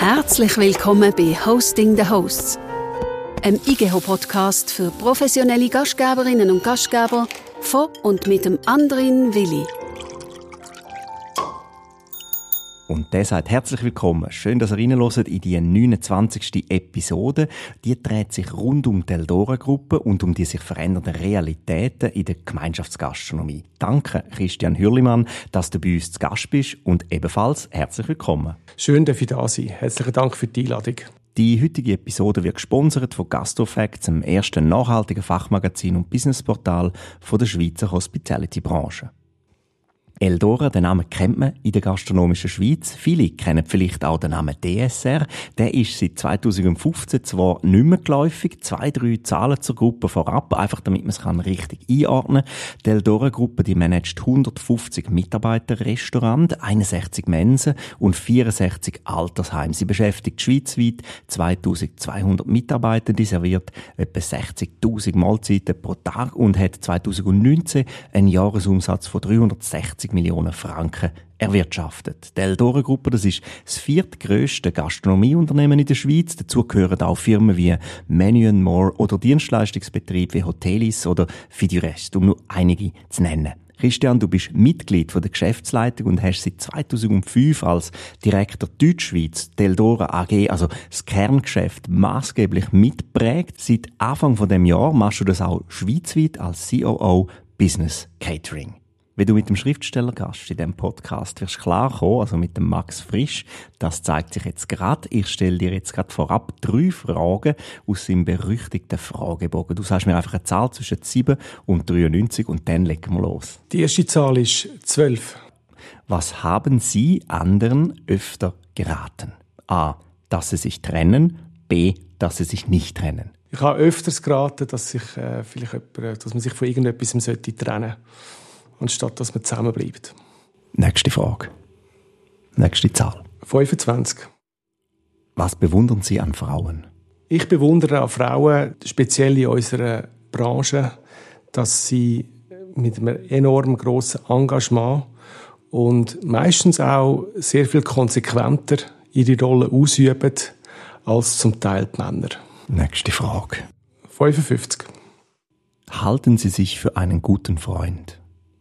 Herzlich willkommen bei Hosting the Hosts, einem IGEHO-Podcast für professionelle Gastgeberinnen und Gastgeber von und mit dem Andrin Willi. Und der sagt herzlich willkommen. Schön, dass ihr reinhört in die 29. Episode. Die dreht sich rund um die Eldora-Gruppe und um die sich verändernden Realitäten in der Gemeinschaftsgastronomie. Danke, Christian Hürlimann, dass du bei uns zu Gast bist und ebenfalls herzlich willkommen. Schön, dass ich da sein. Herzlichen Dank für die Einladung. Die heutige Episode wird gesponsert von GastroFacts, dem ersten nachhaltigen Fachmagazin und Businessportal von der Schweizer Hospitality-Branche. Eldora, den Namen kennt man in der gastronomischen Schweiz. Viele kennen vielleicht auch den Namen DSR. Der ist seit 2015 zwar nicht mehr geläufig, 2-3 Zahlen zur Gruppe vorab, einfach damit man es richtig einordnen kann. Die Eldora-Gruppe, die managt 150 Mitarbeiter-Restaurants, 61 Mensen und 64 Altersheime. Sie beschäftigt schweizweit 2200 Mitarbeiter, die serviert etwa 60'000 Mahlzeiten pro Tag und hat 2019 einen Jahresumsatz von 360 Millionen Franken erwirtschaftet. Die Eldora-Gruppe, das ist das viertgrösste Gastronomieunternehmen in der Schweiz. Dazu gehören auch Firmen wie Menu & More oder Dienstleistungsbetriebe wie Hotelis oder Fidurest, um nur einige zu nennen. Christian, du bist Mitglied der Geschäftsleitung und hast seit 2005 als Direktor Deutschschweiz die Eldora AG, also das Kerngeschäft, maßgeblich mitgeprägt. Seit Anfang von dem Jahr machst du das auch schweizweit als COO Business Catering. Wenn du mit dem Schriftstellergast in diesem Podcast wirst klar kommen, also mit dem Max Frisch, das zeigt sich jetzt gerade. Ich stelle dir jetzt gerade vorab 3 Fragen aus seinem berüchtigten Fragebogen. Du sagst mir einfach eine Zahl zwischen 7 und 93 und dann legen wir los. Die erste Zahl ist 12. Was haben Sie anderen öfter geraten? A. Dass sie sich trennen. B. Dass sie sich nicht trennen. Ich habe öfters geraten, dass man sich von irgendetwas trennen sollte, anstatt dass man zusammenbleibt. Nächste Frage. Nächste Zahl. 25. Was bewundern Sie an Frauen? Ich bewundere an Frauen, speziell in unserer Branche, dass sie mit einem enorm grossen Engagement und meistens auch sehr viel konsequenter ihre Rolle ausüben als zum Teil die Männer. Nächste Frage. 55. Halten Sie sich für einen guten Freund?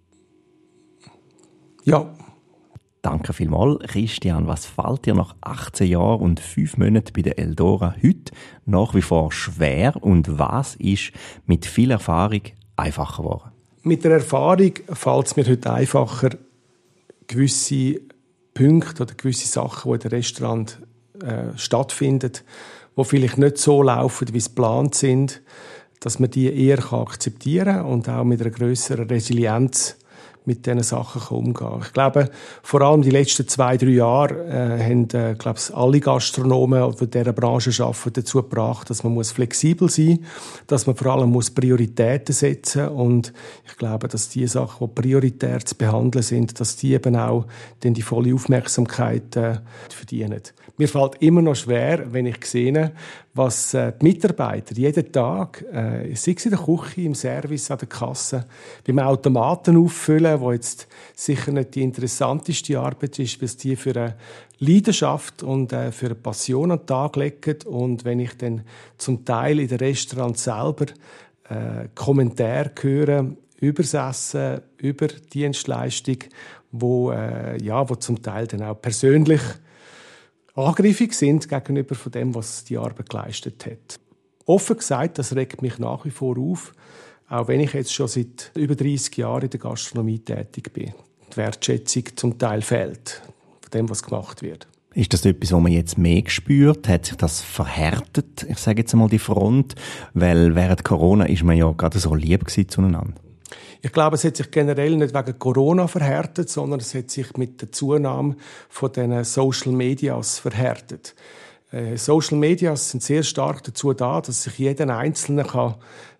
Ja. Danke vielmals. Christian, was fällt dir nach 18 Jahren und 5 Monaten bei der Eldora heute nach wie vor schwer und was ist mit viel Erfahrung einfacher geworden? Mit der Erfahrung fällt es mir heute einfacher, gewisse Punkte oder gewisse Sachen, die in den Restaurant stattfinden, die vielleicht nicht so laufen, wie sie geplant sind, dass man die eher akzeptieren kann und auch mit einer grösseren Resilienz mit diesen Sachen umgehen. Ich glaube, vor allem die letzten 2-3 Jahre haben alle Gastronomen, die in dieser Branche arbeiten, dazu gebracht, dass man flexibel sein muss, dass man vor allem Prioritäten setzen muss. Und ich glaube, dass die Sachen, die prioritär zu behandeln sind, dass die eben auch dann die volle Aufmerksamkeit verdienen. Mir fällt immer noch schwer, wenn ich sehe, was die Mitarbeiter jeden Tag, sei es in der Küche, im Service, an der Kasse, beim Automaten auffüllen, wo jetzt sicher nicht die interessanteste Arbeit ist, was die für eine Leidenschaft und für eine Passion an den Tag legen. Und wenn ich dann zum Teil in den Restaurants selber Kommentare höre über das Essen, über die Dienstleistung, wo zum Teil dann auch persönlich angriffig sind gegenüber von dem, was die Arbeit geleistet hat. Offen gesagt, das regt mich nach wie vor auf, auch wenn ich jetzt schon seit über 30 Jahren in der Gastronomie tätig bin. Die Wertschätzung zum Teil fehlt von dem, was gemacht wird. Ist das etwas, was man jetzt mehr gespürt? Hat sich das verhärtet, ich sage jetzt einmal die Front? Weil während Corona ist man ja gerade so lieb zueinander. Ich glaube, es hat sich generell nicht wegen Corona verhärtet, sondern es hat sich mit der Zunahme von den Social Medias verhärtet. Social Medias sind sehr stark dazu da, dass sich jeder Einzelne kann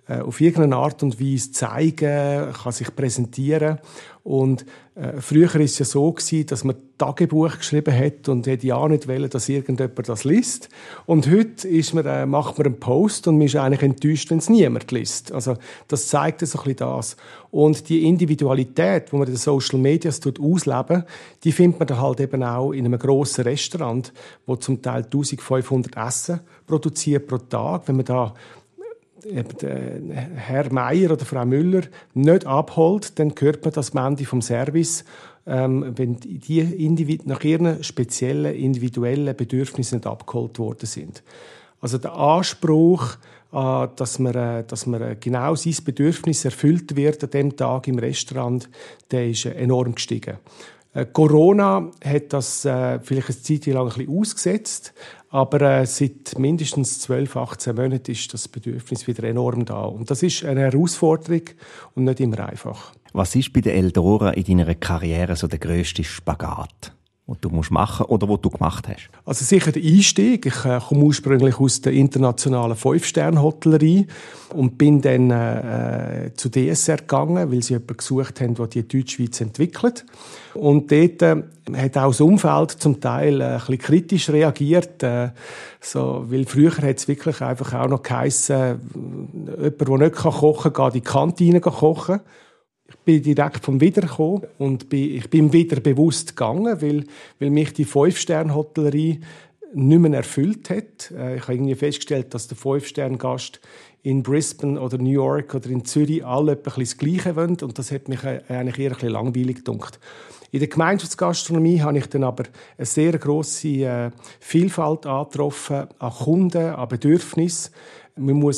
auf irgendeine Art und Weise zeigen, kann sich präsentieren. Und früher war es ja so gewesen, dass man Tagebuch geschrieben hat und hätte ja nicht wollen, dass irgendjemand das liest. Und heute macht man einen Post und man ist eigentlich enttäuscht, wenn es niemand liest. Also das zeigt so ein bisschen das. Und die Individualität, die man in den Social Medias ausleben, die findet man dann halt eben auch in einem grossen Restaurant, wo zum Teil 1500 Essen produziert pro Tag. Wenn man da Herr Meier oder Frau Müller nicht abholt, dann hört man das am Ende vom Service, wenn die nach ihren speziellen, individuellen Bedürfnissen nicht abgeholt worden sind. Also der Anspruch, dass man genau sein Bedürfnis erfüllt wird an dem Tag im Restaurant, der ist enorm gestiegen. Corona hat das vielleicht eine Zeit lang ein bisschen ausgesetzt, aber seit mindestens 12, 18 Monaten ist das Bedürfnis wieder enorm da. Und das ist eine Herausforderung und nicht immer einfach. Was ist bei der Eldora in deiner Karriere so der grösste Spagat, den du machen musst oder den du gemacht hast? Also sicher der Einstieg. Ich komme ursprünglich aus der internationalen 5-Sterne-Hotellerie und bin dann zu DSR gegangen, weil sie jemanden gesucht haben, der die Deutschschweiz entwickelt. Und dort hat auch das Umfeld zum Teil ein bisschen kritisch reagiert. Weil früher hat es wirklich einfach auch noch geheissen, jemand, der nicht kochen kann, geht in die Kantine kochen. Ich bin direkt vom Widder gekommen und ich bin wieder bewusst gegangen, weil mich die 5-Sterne-Hotellerie nicht mehr erfüllt hat. Ich habe irgendwie festgestellt, dass der 5-Sterne-Gast in Brisbane oder New York oder in Zürich alle etwas das Gleiche wollen und das hat mich eigentlich eher ein bisschen langweilig gedacht. In der Gemeinschaftsgastronomie habe ich dann aber eine sehr grosse Vielfalt angetroffen an Kunden, an Bedürfnissen. Man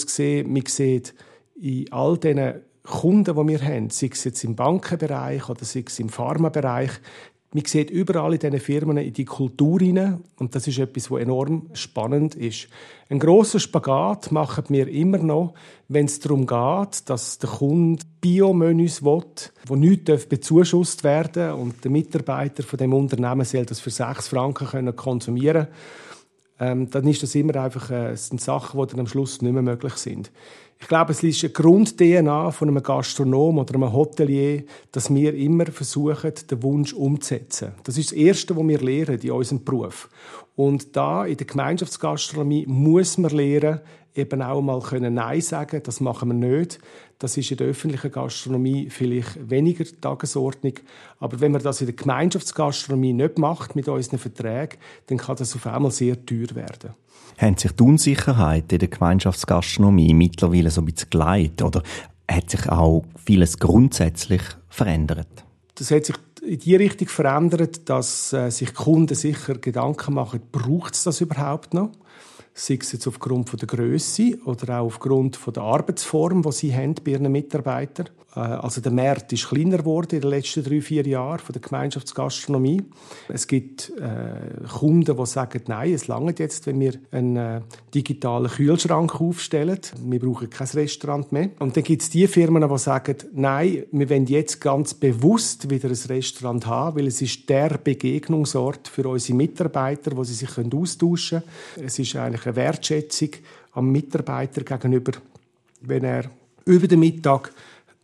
sieht in all diesen Kunden, die wir haben, sei es jetzt im Bankenbereich oder sei es im Pharmabereich, man sieht überall in diesen Firmen in die Kultur hinein und das ist etwas, was enorm spannend ist. Ein grosser Spagat machen wir immer noch, wenn es darum geht, dass der Kunde Bio-Menüs will, die nicht bezuschusst werden dürfen und der Mitarbeiter von dem Unternehmen soll das für 6 Franken konsumieren können. Dann ist das immer einfach sind Sachen, die dann am Schluss nicht mehr möglich sind. Ich glaube, es ist eine Grund-DNA von einem Gastronom oder einem Hotelier, dass wir immer versuchen, den Wunsch umzusetzen. Das ist das Erste, was wir lernen in unserem Beruf. Und da in der Gemeinschaftsgastronomie muss man lernen, eben auch mal Nein sagen. Das machen wir nicht. Das ist in der öffentlichen Gastronomie vielleicht weniger Tagesordnung. Aber wenn man das in der Gemeinschaftsgastronomie nicht macht mit unseren Verträgen, dann kann das auf einmal sehr teuer werden. Haben sich die Unsicherheit in der Gemeinschaftsgastronomie mittlerweile so ein bisschen geleitet? Oder hat sich auch vieles grundsätzlich verändert? Das hat sich in die Richtung verändert, dass sich die Kunden sicher Gedanken machen, braucht es das überhaupt noch? Sei es jetzt aufgrund der Grösse oder auch aufgrund der Arbeitsform, die sie haben bei ihren Mitarbeitern. Also der Markt ist kleiner geworden in den letzten 3-4 Jahren von der Gemeinschaftsgastronomie. Es gibt Kunden, die sagen, nein, es reicht jetzt, wenn wir einen digitalen Kühlschrank aufstellen. Wir brauchen kein Restaurant mehr. Und dann gibt es die Firmen, die sagen, nein, wir wollen jetzt ganz bewusst wieder ein Restaurant haben, weil es ist der Begegnungsort für unsere Mitarbeiter, wo sie sich austauschen können. Es ist eigentlich eine Wertschätzung am Mitarbeiter gegenüber, wenn er über den Mittag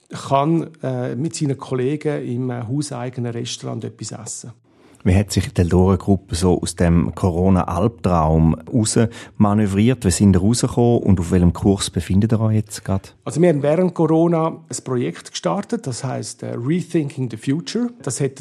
kann mit seinen Kollegen im hauseigenen Restaurant etwas essen. Wie hat sich die Eldora-Gruppe so aus dem Corona-Albtraum raus manövriert? Wie sind ihr rausgekommen und auf welchem Kurs befindet ihr euch jetzt gerade? Also wir haben während Corona ein Projekt gestartet, das heisst Rethinking the Future. Das hat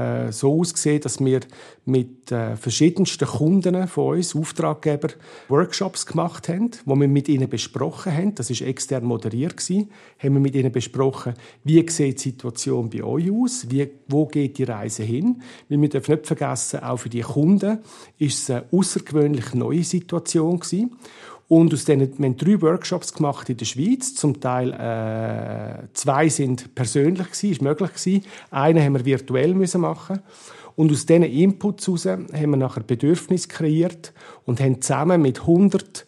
so ausgesehen, dass wir mit verschiedensten Kunden von uns, Auftraggeber, Workshops gemacht haben, wo wir mit ihnen besprochen haben, das war extern moderiert gewesen, haben wir mit ihnen besprochen, wie sieht die Situation bei euch aus, wo geht die Reise hin. Weil wir dürfen nicht vergessen, auch für die Kunden ist es eine außergewöhnlich neue Situation gewesen. Und aus denen, wir haben 3 Workshops gemacht in der Schweiz. Zum Teil 2 sind persönlich gewesen, ist möglich gewesen. Einen haben wir virtuell machen. Und aus diesen Inputs heraus haben wir nachher Bedürfnisse kreiert und haben zusammen mit 100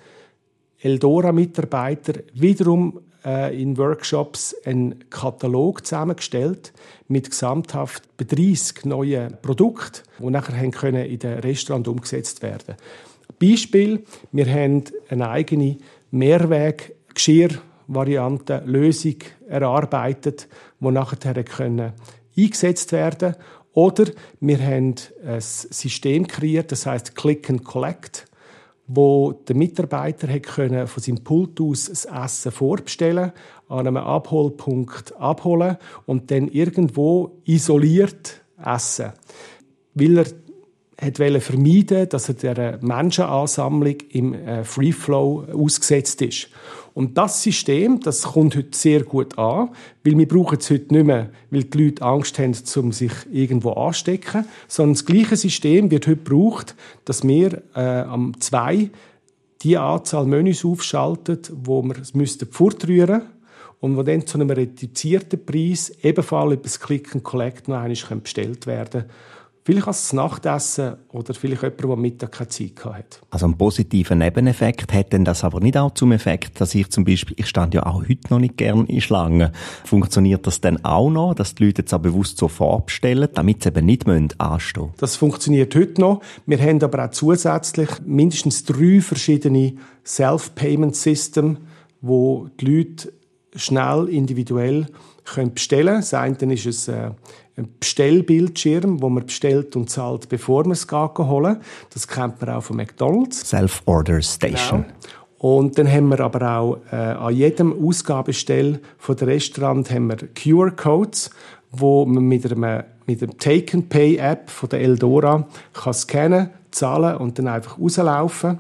Eldora-Mitarbeitern wiederum in Workshops einen Katalog zusammengestellt mit gesamthaft 30 neuen Produkten, die nachher in den Restaurants umgesetzt werden. Beispiel: Wir haben eine eigene Mehrweggeschirr, Variante Lösung erarbeitet, die nachher eingesetzt werden können. Oder wir haben ein System kreiert, das heisst Click and Collect, wo der Mitarbeiter von seinem Pult aus das Essen vorbestellen, an einem Abholpunkt abholen und dann irgendwo isoliert essen. Weil er wollte vermeiden, dass er der Menschenansammlung im Free Flow ausgesetzt ist. Und das System, das kommt heute sehr gut an, weil wir brauchen es heute nicht mehr, weil die Leute Angst haben, um sich irgendwo anzustecken, sondern das gleiche System wird heute gebraucht, dass wir am 2 die Anzahl Menüs aufschalten, wo wir es fortrühren müssten und wo dann zu einem reduzierten Preis ebenfalls über das Click and Collect noch einmal bestellt werden können. Vielleicht als Nachtessen oder vielleicht jemand, der am Mittag keine Zeit hatte. Also einen positiven Nebeneffekt hat denn das aber nicht auch zum Effekt, dass ich stand ja auch heute noch nicht gern in Schlangen. Funktioniert das denn auch noch, dass die Leute jetzt auch bewusst so vorbestellen, damit sie eben nicht anstehen müssen? Das funktioniert heute noch. Wir haben aber auch zusätzlich mindestens 3 verschiedene Self-Payment-Systeme, wo die Leute schnell individuell bestellen können. Das eine ist ein Bestellbildschirm, wo man bestellt und zahlt, bevor man es holen geht. Das kennt man auch von McDonald's. Self-Order Station. Genau. Und dann haben wir aber auch an jedem Ausgabestell von der Restaurant haben wir QR-Codes, wo man mit der Take-and-Pay-App von der Eldora kann scannen, zahlen und dann einfach rauslaufen.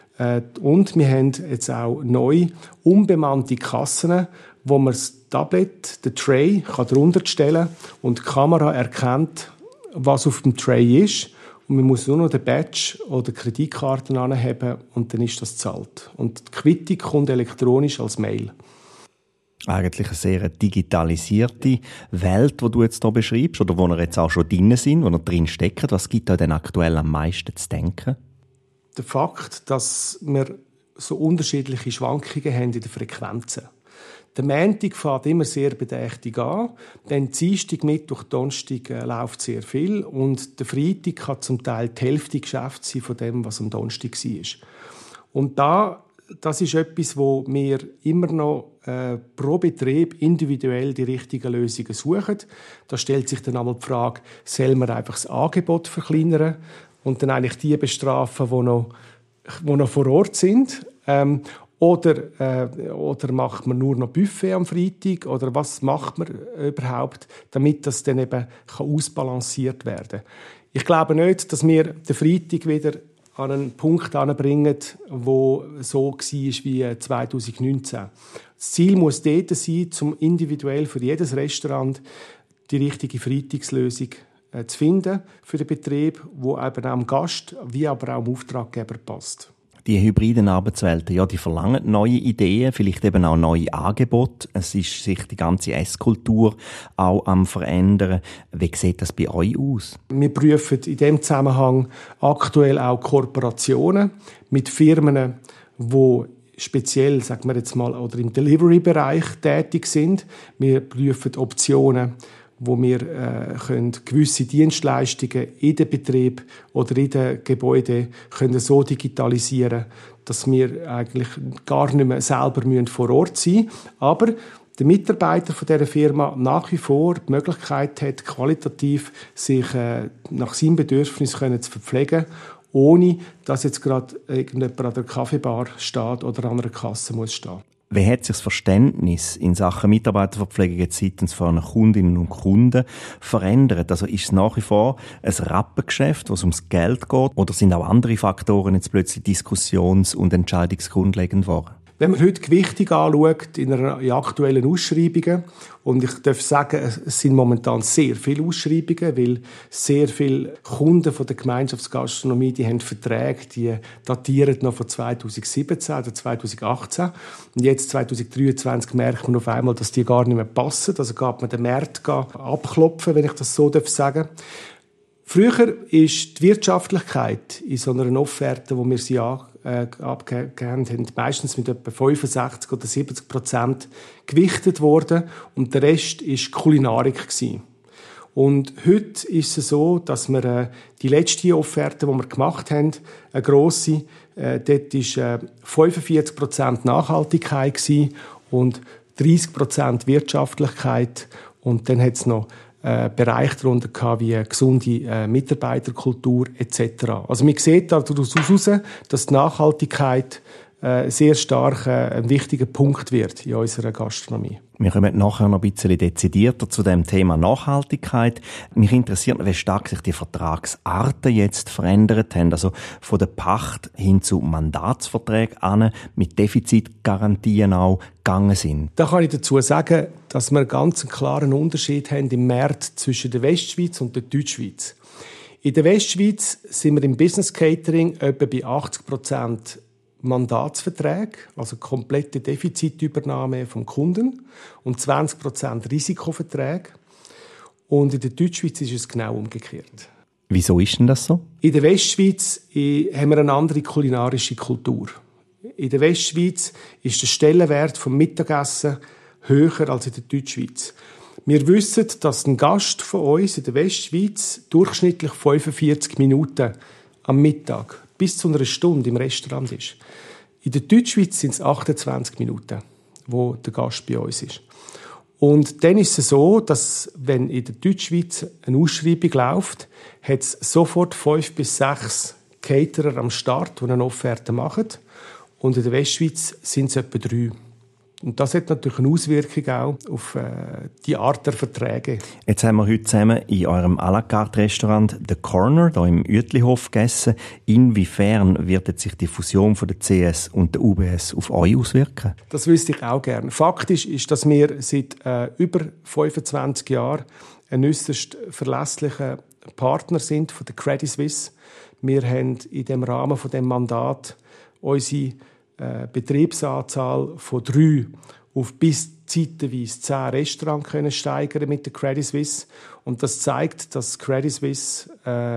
Und wir haben jetzt auch neu unbemannte Kassen, wo man das Tablet, den Tray, drunter stellen kann und die Kamera erkennt, was auf dem Tray ist. Und man muss nur noch den Badge oder die Kreditkarten anheben und dann ist das gezahlt. Und die Quittung kommt elektronisch als Mail. Eigentlich eine sehr digitalisierte Welt, die du jetzt hier beschreibst, oder wo wir jetzt auch schon drin sind, wo wir drin stecken. Was gibt da denn aktuell am meisten zu denken? Der Fakt, dass wir so unterschiedliche Schwankungen haben in den Frequenzen. Der Montag fährt immer sehr bedächtig an, dann Dienstag, Mittwoch, Donnerstag läuft sehr viel und der Freitag kann zum Teil die Hälfte Geschäft sein von dem, was am Donnerstag war. Und das ist etwas, wo wir immer noch pro Betrieb individuell die richtigen Lösungen suchen. Da stellt sich dann einmal die Frage, soll man einfach das Angebot verkleinern und dann eigentlich die bestrafen, die noch vor Ort sind. Oder macht man nur noch Buffet am Freitag? Oder was macht man überhaupt, damit das dann eben ausbalanciert werden kann? Ich glaube nicht, dass wir den Freitag wieder an einen Punkt anbringen, der so war wie 2019. Das Ziel muss dort sein, um individuell für jedes Restaurant die richtige Freitagslösung zu finden für den Betrieb, die eben auch dem Gast wie aber auch dem Auftraggeber passt. Die hybriden Arbeitswelten, ja, die verlangen neue Ideen, vielleicht eben auch neue Angebote. Es ist sich die ganze Esskultur auch am verändern. Wie sieht das bei euch aus? Wir prüfen in diesem Zusammenhang aktuell auch Kooperationen mit Firmen, die speziell, sagen wir jetzt mal, oder im Delivery-Bereich tätig sind. Wir prüfen Optionen, wo wir gewisse Dienstleistungen in den Betrieb oder in den Gebäuden können so digitalisieren, dass wir eigentlich gar nicht mehr selber vor Ort sein müssen. Aber der Mitarbeiter von dieser Firma nach wie vor die Möglichkeit hat, qualitativ sich nach seinem Bedürfnis zu verpflegen, ohne dass jetzt gerade irgendjemand an der Kaffeebar steht oder an einer Kasse muss stehen. Wie hat sich das Verständnis in Sachen Mitarbeiterverpflegung jetzt seitens von Kundinnen und Kunden verändert? Also ist es nach wie vor ein Rappengeschäft, wo es ums Geld geht? Oder sind auch andere Faktoren jetzt plötzlich diskussions- und entscheidungsgrundlegend geworden? Wenn man heute Gewichtung anschaut in aktuellen Ausschreibungen, und ich darf sagen, es sind momentan sehr viele Ausschreibungen, weil sehr viele Kunden von der Gemeinschaftsgastronomie, die haben Verträge, die datieren noch von 2017 oder 2018. Und jetzt, 2023, merkt man auf einmal, dass die gar nicht mehr passen. Also geht man den Markt abklopfen, wenn ich das so sagen darf. Früher ist die Wirtschaftlichkeit in so einer Offerte, wo wir sie abgegeben haben, meistens mit etwa 65 oder 70% gewichtet worden und der Rest war Kulinarik gewesen. Und heute ist es so, dass wir die letzte Offerte, die wir gemacht haben, eine grosse, dort war 45% Nachhaltigkeit gewesen und 30% Wirtschaftlichkeit. Und dann hat es noch Bereiche darunter gehabt, wie gesunde Mitarbeiterkultur etc. Also man sieht daraus heraus, dass die Nachhaltigkeit sehr stark ein wichtiger Punkt wird in unserer Gastronomie. Wir kommen nachher noch ein bisschen dezidierter zu dem Thema Nachhaltigkeit. Mich interessiert, wie stark sich die Vertragsarten jetzt verändert haben. Also von der Pacht hin zu Mandatsverträgen an, mit Defizitgarantien auch gegangen sind. Da kann ich dazu sagen, dass wir einen ganz klaren Unterschied haben im Markt zwischen der Westschweiz und der Deutschschweiz. In der Westschweiz sind wir im Business Catering etwa bei 80% Mandatsverträge, also komplette Defizitübernahme vom Kunden und 20% Risikoverträge. Und in der Deutschschweiz ist es genau umgekehrt. Wieso ist denn das so? In der Westschweiz haben wir eine andere kulinarische Kultur. In der Westschweiz ist der Stellenwert vom Mittagessen höher als in der Deutschschweiz. Wir wissen, dass ein Gast von uns in der Westschweiz durchschnittlich 45 Minuten am Mittag bis zu einer Stunde im Restaurant ist. In der Deutschschweiz sind es 28 Minuten, wo der Gast bei uns ist. Und dann ist es so, dass wenn in der Deutschschweiz eine Ausschreibung läuft, hat es sofort 5 bis 6 Caterer am Start, die eine Offerte machen. Und in der Westschweiz sind es etwa 3. Und das hat natürlich eine Auswirkung auch auf die Art der Verträge. Jetzt haben wir heute zusammen in eurem à la carte Restaurant The Corner, hier im Uetlihof, gegessen. Inwiefern wird sich die Fusion von der CS und der UBS auf euch auswirken? Das wüsste ich auch gerne. Faktisch ist, dass wir seit über 25 Jahren ein äußerst verlässlicher Partner sind von der Credit Suisse. Wir haben in dem Rahmen von dem Mandat unsere Betriebsanzahl von 3 auf bis zeitweise 10 Restaurants können steigern mit der Credit Suisse. Und das zeigt, dass Credit Suisse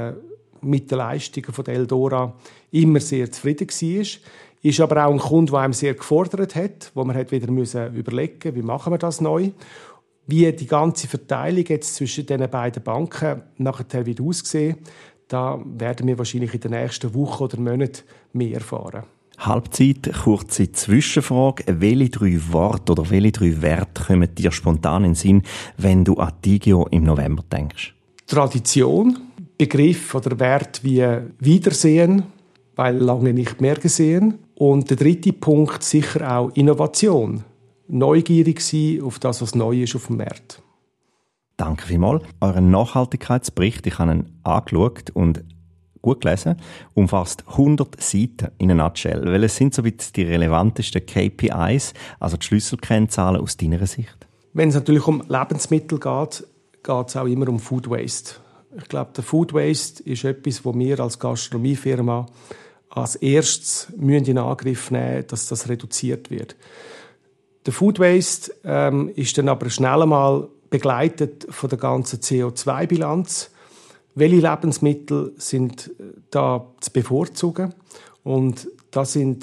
mit den Leistungen von der Eldora immer sehr zufrieden war. Ist aber auch ein Kunde, der einem sehr gefordert hat, wo man hat wieder überlegen musste, wie machen wir das neu. Wie die ganze Verteilung jetzt zwischen den beiden Banken nachher wieder aussehen, da werden wir wahrscheinlich in den nächsten Wochen oder Monaten mehr erfahren. Halbzeit, kurze Zwischenfrage. Welche 3 Worte oder welche 3 Werte kommen dir spontan in den Sinn, wenn du an Tigio im November denkst? Tradition, Begriff oder Wert wie Wiedersehen, weil lange nicht mehr gesehen. Und der 3. Punkt sicher auch Innovation. Neugierig sein auf das, was neu ist auf dem Markt. Danke vielmals. Euren Nachhaltigkeitsbericht, ich habe ihn angeschaut und gut gelesen, umfasst 100 Seiten in einer Nutshell. Welche sind so die relevantesten KPIs, also die Schlüsselkennzahlen aus deiner Sicht? Wenn es natürlich um Lebensmittel geht, geht es auch immer um Food Waste. Ich glaube, der Food Waste ist etwas, wo wir als Gastronomiefirma als erstes in Angriff nehmen müssen, dass das reduziert wird. Der Food Waste ist dann aber schnell einmal begleitet von der ganzen CO2-Bilanz. Welche Lebensmittel sind da zu bevorzugen? Und das sind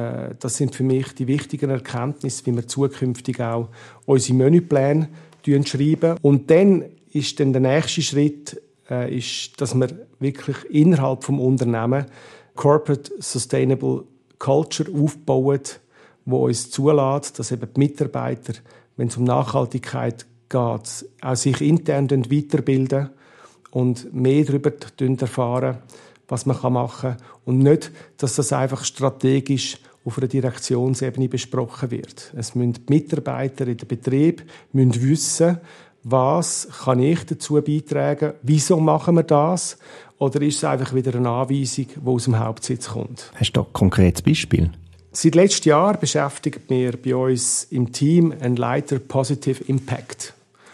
für mich die wichtigen Erkenntnisse, wie wir zukünftig auch unsere Menüpläne schreiben. Und dann ist dann der nächste Schritt, dass wir wirklich innerhalb des Unternehmens Corporate Sustainable Culture aufbauen, wo uns zulässt, dass eben die Mitarbeiter, wenn es um Nachhaltigkeit geht, auch sich intern weiterbilden und mehr darüber erfahren, was man machen kann. Und nicht, dass das einfach strategisch auf einer Direktionsebene besprochen wird. Es müssen die Mitarbeiter in den Betrieb wissen, was kann ich dazu beitragen, wieso machen wir das, oder ist es einfach wieder eine Anweisung, die aus dem Hauptsitz kommt. Hast du da ein konkretes Beispiel? Seit letztem Jahr beschäftigt mir bei uns im Team ein Leiter Positive Impact.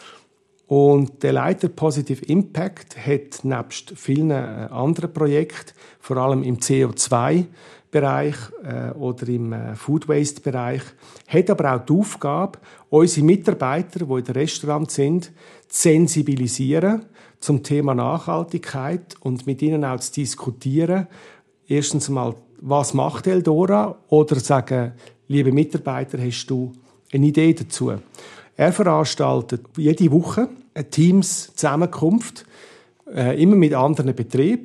Und der Leiter Positive Impact hat nebst vielen anderen Projekten, vor allem im CO2-Bereich oder im Food Waste-Bereich, hat aber auch die Aufgabe, unsere Mitarbeiter, die in den Restaurants sind, zu sensibilisieren zum Thema Nachhaltigkeit und mit ihnen auch zu diskutieren. Erstens einmal, was macht Eldora? Oder sagen, liebe Mitarbeiter, hast du eine Idee dazu? Er veranstaltet jede Woche eine Teams-Zusammenkunft, immer mit anderen Betrieben,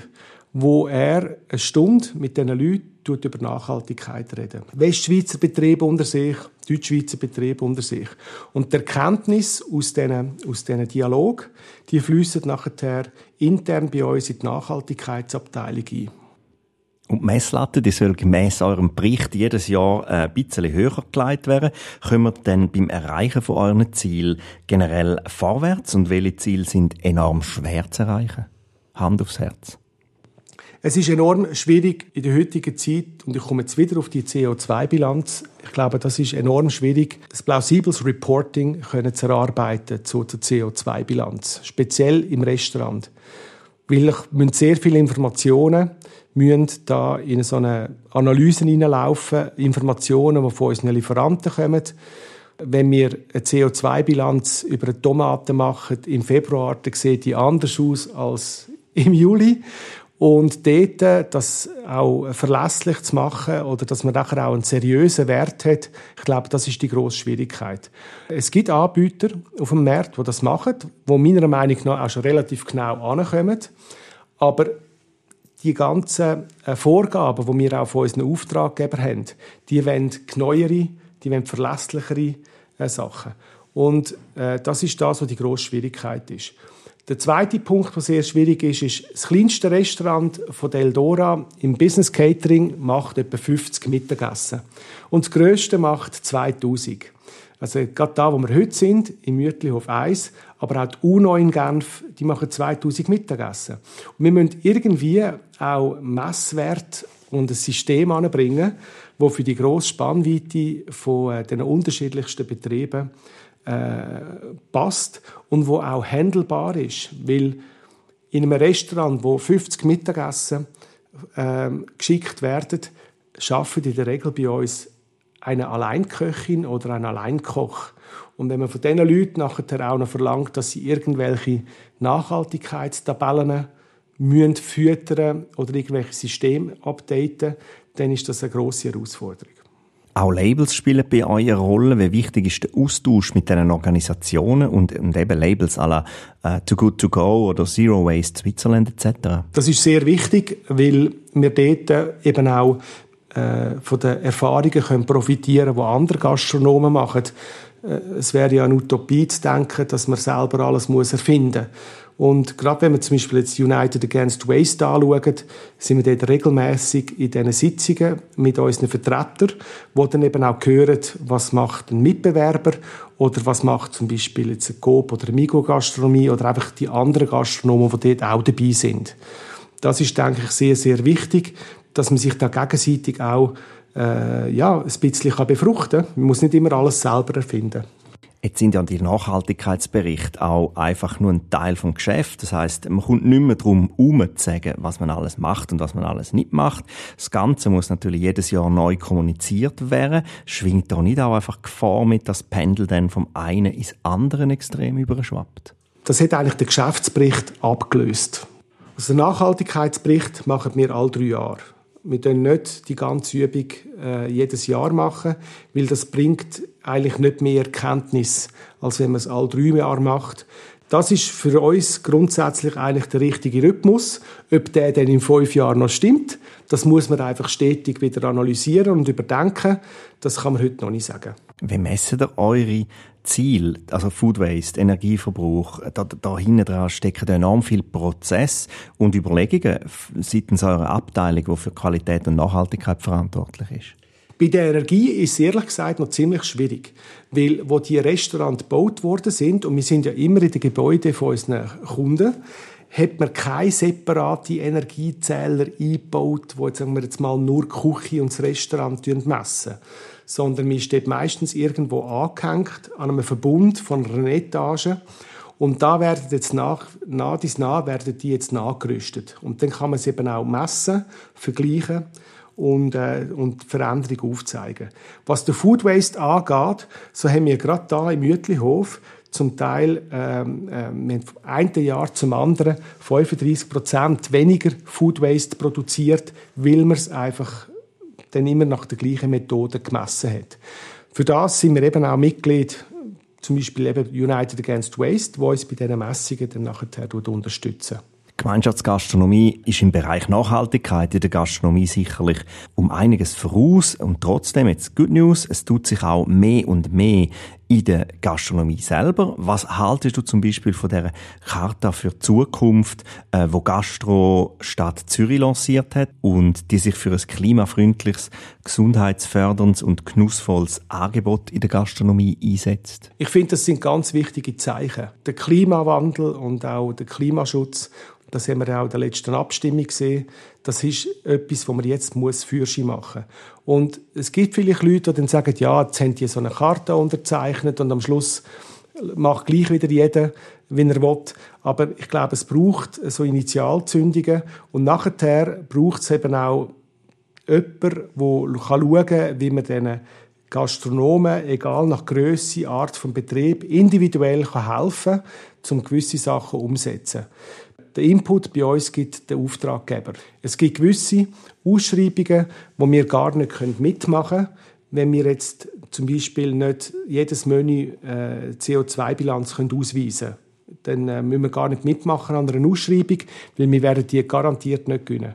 wo er eine Stunde mit diesen Leuten über Nachhaltigkeit reden. Westschweizer Betriebe unter sich, Deutschschweizer Betriebe unter sich. Und die Erkenntnis aus diesen Dialog, die fliessen nachher intern bei uns in die Nachhaltigkeitsabteilung ein. Und die Messlatte, die soll gemäss eurem Bericht jedes Jahr ein bisschen höher gelegt werden. Können wir dann beim Erreichen von euren Zielen generell vorwärts? Und welche Ziele sind enorm schwer zu erreichen? Hand aufs Herz. Es ist enorm schwierig in der heutigen Zeit, und ich komme jetzt wieder auf die CO2-Bilanz. Ich glaube, das ist enorm schwierig, das plausibles Reporting zu erarbeiten zur CO2-Bilanz, speziell im Restaurant. Weil sehr viele Informationen müssen da in so eine Analyse hineinlaufen, Informationen, die von unseren Lieferanten kommen. Wenn wir eine CO2-Bilanz über eine Tomate machen im Februar, dann sieht die anders aus als im Juli. Und dort das auch verlässlich zu machen oder dass man nachher auch einen seriösen Wert hat, ich glaube, das ist die grosse Schwierigkeit. Es gibt Anbieter auf dem Markt, die das machen, die meiner Meinung nach auch schon relativ genau ankommen. Aber die ganzen Vorgaben, die wir auch von unseren Auftraggebern haben, die wollen genauere, die wollen verlässlichere Sachen. Und das ist das, was die grosse Schwierigkeit ist. Der zweite Punkt, der sehr schwierig ist das kleinste Restaurant von Eldora im Business Catering macht etwa 50 Mittagessen. Und das grösste macht 2000. Also gerade da, wo wir heute sind, im Mütlihof 1, aber auch die UNO in Genf, die machen 2000 Mittagessen. Und wir müssen irgendwie auch Messwert und ein System anbringen, das für die grosse Spannweite von den unterschiedlichsten Betrieben passt und wo auch handelbar ist. Weil in einem Restaurant, wo 50 Mittagessen geschickt werden, arbeiten in der Regel bei uns eine Alleinköchin oder ein Alleinkoch. Und wenn man von diesen Leuten nachher auch noch verlangt, dass sie irgendwelche Nachhaltigkeitstabellen füttern oder irgendwelche Systeme updaten, dann ist das eine grosse Herausforderung. Auch Labels spielen bei euch eine Rolle. Wie wichtig ist der Austausch mit diesen Organisationen und eben Labels à la Too Good To Go oder Zero Waste Switzerland etc.? Das ist sehr wichtig, weil wir dort eben auch von den Erfahrungen können profitieren, die andere Gastronomen machen. Es wäre ja eine Utopie zu denken, dass man selber alles erfinden muss. Und gerade wenn wir zum Beispiel jetzt United Against Waste anschauen, sind wir dort regelmässig in diesen Sitzungen mit unseren Vertretern, die dann eben auch hören, was macht ein Mitbewerber oder was macht zum Beispiel jetzt eine Coop oder eine Migo-Gastronomie oder einfach die anderen Gastronomen, die dort auch dabei sind. Das ist, denke ich, sehr, sehr wichtig, dass man sich da gegenseitig auch ein bisschen befruchten kann. Man muss nicht immer alles selber erfinden. Jetzt sind ja die Nachhaltigkeitsberichte auch einfach nur ein Teil vom Geschäft. Das heisst, man kommt nicht mehr darum herum zu sagen, was man alles macht und was man alles nicht macht. Das Ganze muss natürlich jedes Jahr neu kommuniziert werden. Schwingt da nicht auch einfach Gefahr mit, dass das Pendel dann vom einen ins andere Extrem überschwappt? Das hat eigentlich der Geschäftsbericht abgelöst. Also den Nachhaltigkeitsbericht machen wir alle 3 Jahre. Wir können nicht die ganze Übung jedes Jahr machen, weil das bringt eigentlich nicht mehr Erkenntnis, als wenn man es alle 3 Jahre macht. Das ist für uns grundsätzlich eigentlich der richtige Rhythmus. Ob der dann in 5 Jahren noch stimmt, das muss man einfach stetig wieder analysieren und überdenken. Das kann man heute noch nicht sagen. Wie messen ihr eure Ziele, also Food Waste, Energieverbrauch? Da hinten dran stecken enorm viele Prozesse und Überlegungen seitens eurer Abteilung, die für Qualität und Nachhaltigkeit verantwortlich ist. Bei der Energie ist es ehrlich gesagt noch ziemlich schwierig, weil wo die Restaurants gebaut worden sind, und wir sind ja immer in den Gebäuden von unseren Kunden, hat man keine separate Energiezähler eingebaut, die jetzt mal nur die Küche und das Restaurant messen. Sondern man ist dort meistens irgendwo angehängt an einem Verbund von einer Etage. Und da werden jetzt nach werden die jetzt nachgerüstet. Und dann kann man sie eben auch messen, vergleichen und Veränderungen aufzeigen. Was der Food Waste angeht, so haben wir gerade da im Mütlihof zum Teil von einem Jahr zum anderen 35% weniger Food Waste produziert, weil man es einfach dann immer nach der gleichen Methode gemessen hat. Für das sind wir eben auch Mitglied, zum Beispiel eben United Against Waste, die uns bei diesen Messungen dann nachher unterstützen. Gemeinschaftsgastronomie ist im Bereich Nachhaltigkeit in der Gastronomie sicherlich um einiges voraus. Und trotzdem, jetzt Good News, es tut sich auch mehr und mehr in der Gastronomie selber. Was haltest du zum Beispiel von dieser Charta für die Zukunft, wo Gastro Stadt Zürich lanciert hat und die sich für ein klimafreundliches, gesundheitsförderndes und genussvolles Angebot in der Gastronomie einsetzt? Ich finde, das sind ganz wichtige Zeichen. Der Klimawandel und auch der Klimaschutz, das haben wir auch in der letzten Abstimmung gesehen, das ist etwas, was man jetzt fürschen machen muss. Und es gibt vielleicht Leute, die dann sagen, ja, jetzt haben die so eine Charta unterzeichnet und am Schluss macht gleich wieder jeder, wie er will. Aber ich glaube, es braucht so Initialzündungen und nachher braucht es eben auch jemanden, der schauen kann, wie man diesen Gastronomen, egal nach Grösse, Art von Betrieb, individuell helfen kann, um gewisse Sachen umzusetzen. Der Input bei uns gibt der Auftraggeber. Es gibt gewisse Ausschreibungen, die wir gar nicht mitmachen können, wenn wir jetzt zum Beispiel nicht jedes Menü CO2-Bilanz ausweisen können. Dann müssen wir gar nicht mitmachen an einer Ausschreibung, weil wir werden die garantiert nicht gewinnen.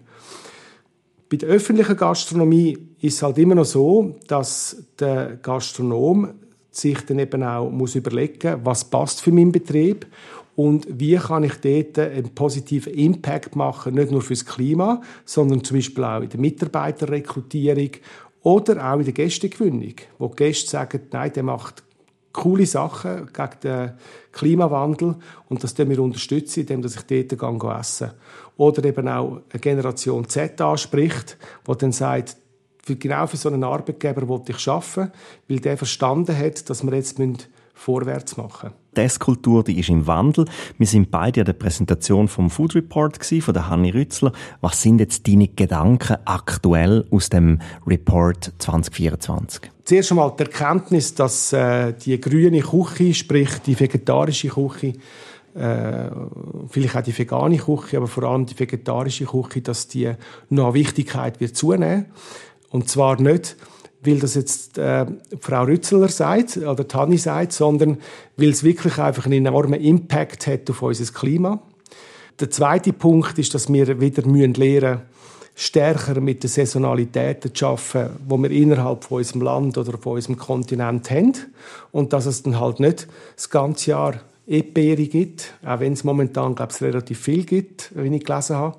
Bei der öffentlichen Gastronomie ist es halt immer noch so, dass der Gastronom sich dann eben auch überlegen muss, was passt für meinen Betrieb und wie kann ich dort einen positiven Impact machen, nicht nur fürs Klima, sondern zum Beispiel auch in der Mitarbeiterrekrutierung oder auch in der Gästegewinnung, wo die Gäste sagen, nein, der macht coole Sachen gegen den Klimawandel und das unterstützen wir, indem ich dort essen gehe. Oder eben auch eine Generation Z anspricht, die dann sagt, genau für so einen Arbeitgeber wollte ich arbeiten, weil der verstanden hat, dass wir jetzt vorwärts machen müssen. Die Esskultur, die ist im Wandel. Wir sind beide an der Präsentation vom Food Report von der Hanni Rützler. Was sind jetzt deine Gedanken aktuell aus dem Report 2024? Zuerst einmal die Erkenntnis, dass die grüne Küche, sprich die vegetarische Küche, vielleicht auch die vegane Küche, aber vor allem die vegetarische Küche, dass die noch an Wichtigkeit wird zunehmen. Und zwar nicht, weil das jetzt Frau Rützler sagt oder Hanni sagt, sondern weil es wirklich einfach einen enormen Impact hat auf unser Klima. Der zweite Punkt ist, dass wir wieder lernen müssen, stärker mit den Saisonalitäten zu arbeiten, die wir innerhalb von unserem Land oder von unserem Kontinent haben. Und dass es dann halt nicht das ganze Jahr Erdbeere gibt, auch wenn es momentan, glaube ich, relativ viel gibt, wie ich gelesen habe.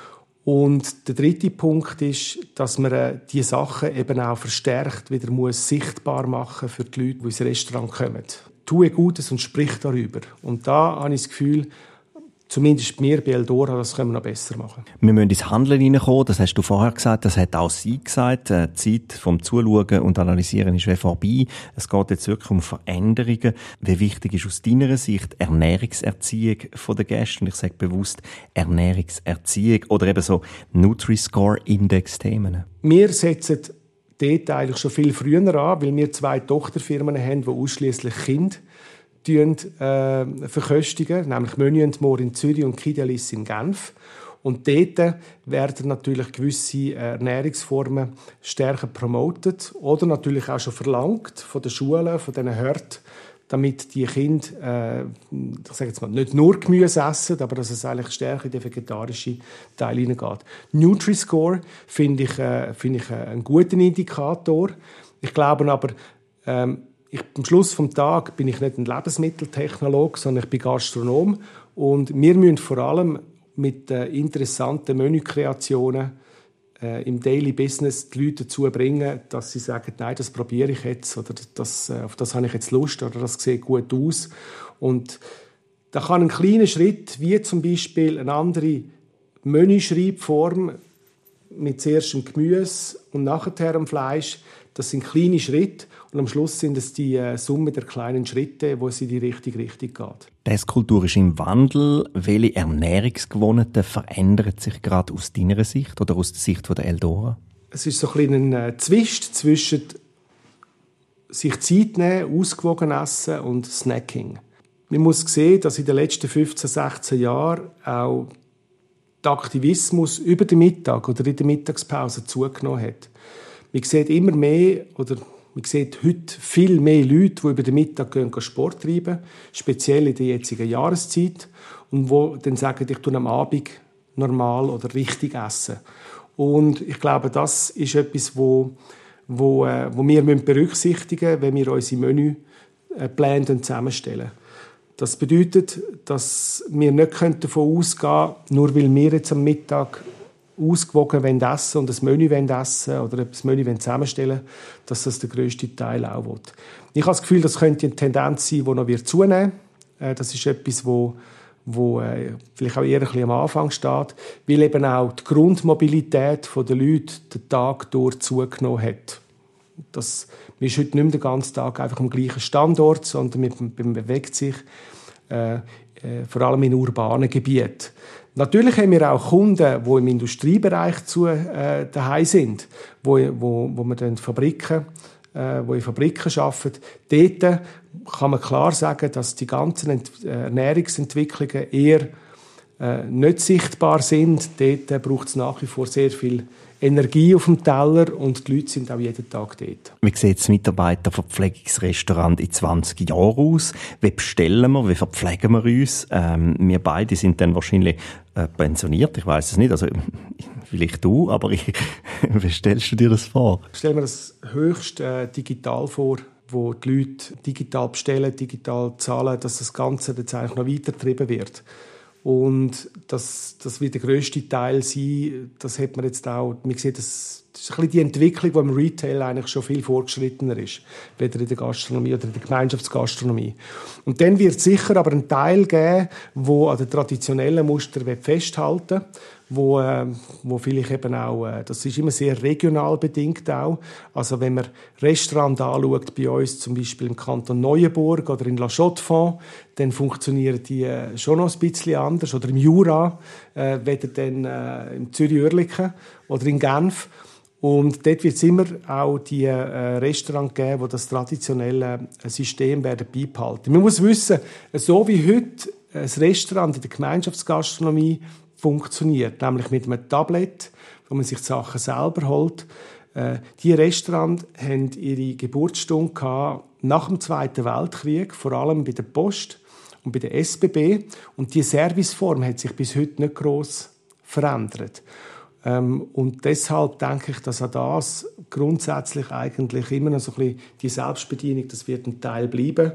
Und der dritte Punkt ist, dass man diese Sachen eben auch verstärkt wieder sichtbar machen für die Leute, die ins Restaurant kommen. Tue Gutes und sprich darüber. Und da habe ich das Gefühl, zumindest mir bei Eldora, das können wir noch besser machen. Wir müssen ins Handeln hineinkommen, das hast du vorher gesagt, das hat auch sie gesagt. Die Zeit vom Zuschauen und Analysieren ist vorbei. Es geht jetzt wirklich um Veränderungen. Wie wichtig ist aus deiner Sicht Ernährungserziehung der Gäste? Und ich sage bewusst Ernährungserziehung oder eben so Nutri-Score-Index-Themen. Wir setzen dort eigentlich schon viel früher an, weil wir 2 Tochterfirmen haben, die ausschliesslich Kinder verköstigen, nämlich Menü & More in Zürich und Kidelis in Genf. Und dort werden natürlich gewisse Ernährungsformen stärker promotet oder natürlich auch schon verlangt von den Schulen, von diesen Hörten, damit die Kinder, ich sage jetzt mal, nicht nur Gemüse essen, aber dass es eigentlich stärker in den vegetarischen Teil hineingeht. Nutri-Score finde ich einen guten Indikator. Ich glaube aber, am Schluss des Tages bin ich nicht ein Lebensmitteltechnologe, sondern ich bin Gastronom. Und wir müssen vor allem mit interessanten Menükreationen im Daily Business die Leute dazu bringen, dass sie sagen, nein, das probiere ich jetzt oder auf das habe ich jetzt Lust oder das sieht gut aus. Und da kann ein kleiner Schritt, wie zum Beispiel eine andere Menüschreibform mit zuerst dem Gemüse und nachher dem Fleisch, das sind kleine Schritte und am Schluss sind es die Summe der kleinen Schritte, wo es in die richtige Richtung geht. Die Esskultur ist im Wandel. Welche Ernährungsgewohnheiten verändern sich gerade aus deiner Sicht oder aus der Sicht der Eldora? Es ist so ein Zwist zwischen sich Zeit nehmen, ausgewogen essen und Snacking. Man muss sehen, dass in den letzten 15, 16 Jahren auch der Aktivismus über den Mittag oder in der Mittagspause zugenommen hat. Man sieht immer mehr, oder Man sieht heute viel mehr Leute, die über den Mittag gehen Sport treiben, speziell in der jetzigen Jahreszeit, und die dann sagen, ich tue am Abend normal oder richtig essen. Und ich glaube, das ist etwas, wo wir berücksichtigen müssen, wenn wir unsere Menüpläne zusammenstellen. Das bedeutet, dass wir nicht davon ausgehen können, nur weil wir jetzt am Mittag ausgewogen essen und das Menü essen oder das Menü zusammenstellen, dass das der grösste Teil auch will. Ich habe das Gefühl, das könnte eine Tendenz sein, die noch zunehmen wird. Das ist etwas, wo vielleicht auch eher ein bisschen am Anfang steht, weil eben auch die Grundmobilität der Leute den Tag durch zugenommen hat. Man ist heute nicht mehr den ganzen Tag einfach am gleichen Standort, sondern man bewegt sich vor allem in urbanen Gebieten. Natürlich haben wir auch Kunden, die im Industriebereich daheim sind, wo wir dann in Fabriken arbeiten. Dort kann man klar sagen, dass die ganzen Ernährungsentwicklungen eher nicht sichtbar sind. Dort braucht es nach wie vor sehr viel Energie auf dem Teller und die Leute sind auch jeden Tag dort. Wie sieht das Mitarbeiterverpflegungsrestaurant in 20 Jahren aus? Wie bestellen wir, wie verpflegen wir uns? Wir beide sind dann wahrscheinlich pensioniert, ich weiss es nicht, also vielleicht du, aber wie stellst du dir das vor? Ich stelle mir das höchst digital vor, wo die Leute digital bestellen, digital zahlen, dass das Ganze jetzt eigentlich noch weitergetrieben wird. Und das wird der grösste Teil sein. Das hat man jetzt auch. Man sieht, das ist ein bisschen die Entwicklung, die im Retail eigentlich schon viel fortgeschrittener ist, weder in der Gastronomie oder in der Gemeinschaftsgastronomie. Und dann wird es sicher aber einen Teil geben, der an den traditionellen Mustern festhalten will, wo vielleicht eben auch, das ist immer sehr regional bedingt auch. Also wenn man Restaurants anschaut, bei uns zum Beispiel im Kanton Neuenburg oder in La Chaux-de-Fonds, dann funktionieren die schon noch ein bisschen anders. Oder im Jura, weder dann im Zürich-Oerlikon oder in Genf. Und dort wird es immer auch die Restaurants geben, die das traditionelle System werden beibehalten. Man muss wissen, so wie heute ein Restaurant in der Gemeinschaftsgastronomie funktioniert, nämlich mit einem Tablet, wo man sich die Sachen selber holt. Die Restaurants haben ihre Geburtsstunde gehabt nach dem Zweiten Weltkrieg, vor allem bei der Post und bei der SBB. Und die Serviceform hat sich bis heute nicht gross verändert. Und deshalb denke ich, dass auch das grundsätzlich eigentlich immer noch so ein bisschen die Selbstbedienung, das wird ein Teil bleiben.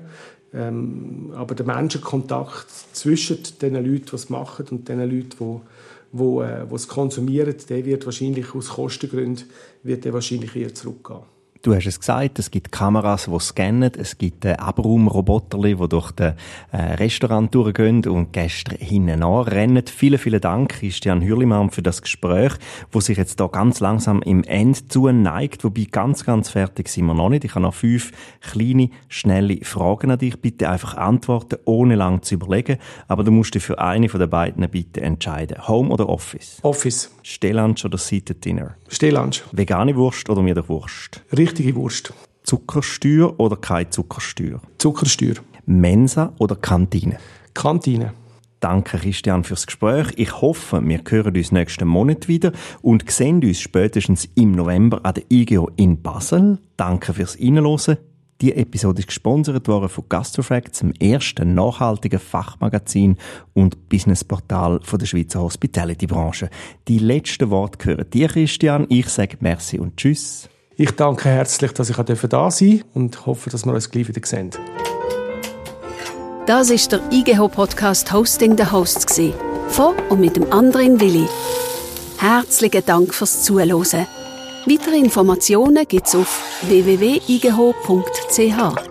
Aber der Menschenkontakt zwischen den Leuten, die es machen, und den Leuten, die es konsumieren, der wird wahrscheinlich aus Kostengründen eher zurückgehen. Du hast es gesagt, es gibt Kameras, die scannen, es gibt Abraumroboter, die durch das Restaurant durchgehen und Gäste hinten anrennen. Vielen, vielen Dank, Christian Hürlimann, für das Gespräch, das sich jetzt da ganz langsam im Ende zuneigt. Wobei ganz, ganz fertig sind wir noch nicht. Ich habe noch 5 kleine, schnelle Fragen an dich. Bitte einfach antworten, ohne lang zu überlegen. Aber du musst dich für eine von den beiden bitte entscheiden. Home oder Office? Office. Stehlunch oder Seated Dinner? Stehlunch. Vegane Wurst oder Mittagwurst? Richtige Wurst. Zuckersteuer oder keine Zuckersteuer? Zuckersteuer. Mensa oder Kantine? Kantine. Danke, Christian, fürs Gespräch. Ich hoffe, wir hören uns nächsten Monat wieder und sehen uns spätestens im November an der IGO in Basel. Danke fürs Reinhören. Die Episode ist gesponsert worden von GastroFacts, dem ersten nachhaltigen Fachmagazin und Businessportal der Schweizer Hospitality-Branche. Die letzten Worte gehören dir, Christian. Ich sage Merci und Tschüss. Ich danke herzlich, dass ich da sein durfte und hoffe, dass wir uns gleich wieder sehen. Das war der IGH-Podcast «Hosting the Hosts» von und mit dem Andrin Willi. Herzlichen Dank fürs Zuhören. Weitere Informationen gibt es auf www.igh.ch.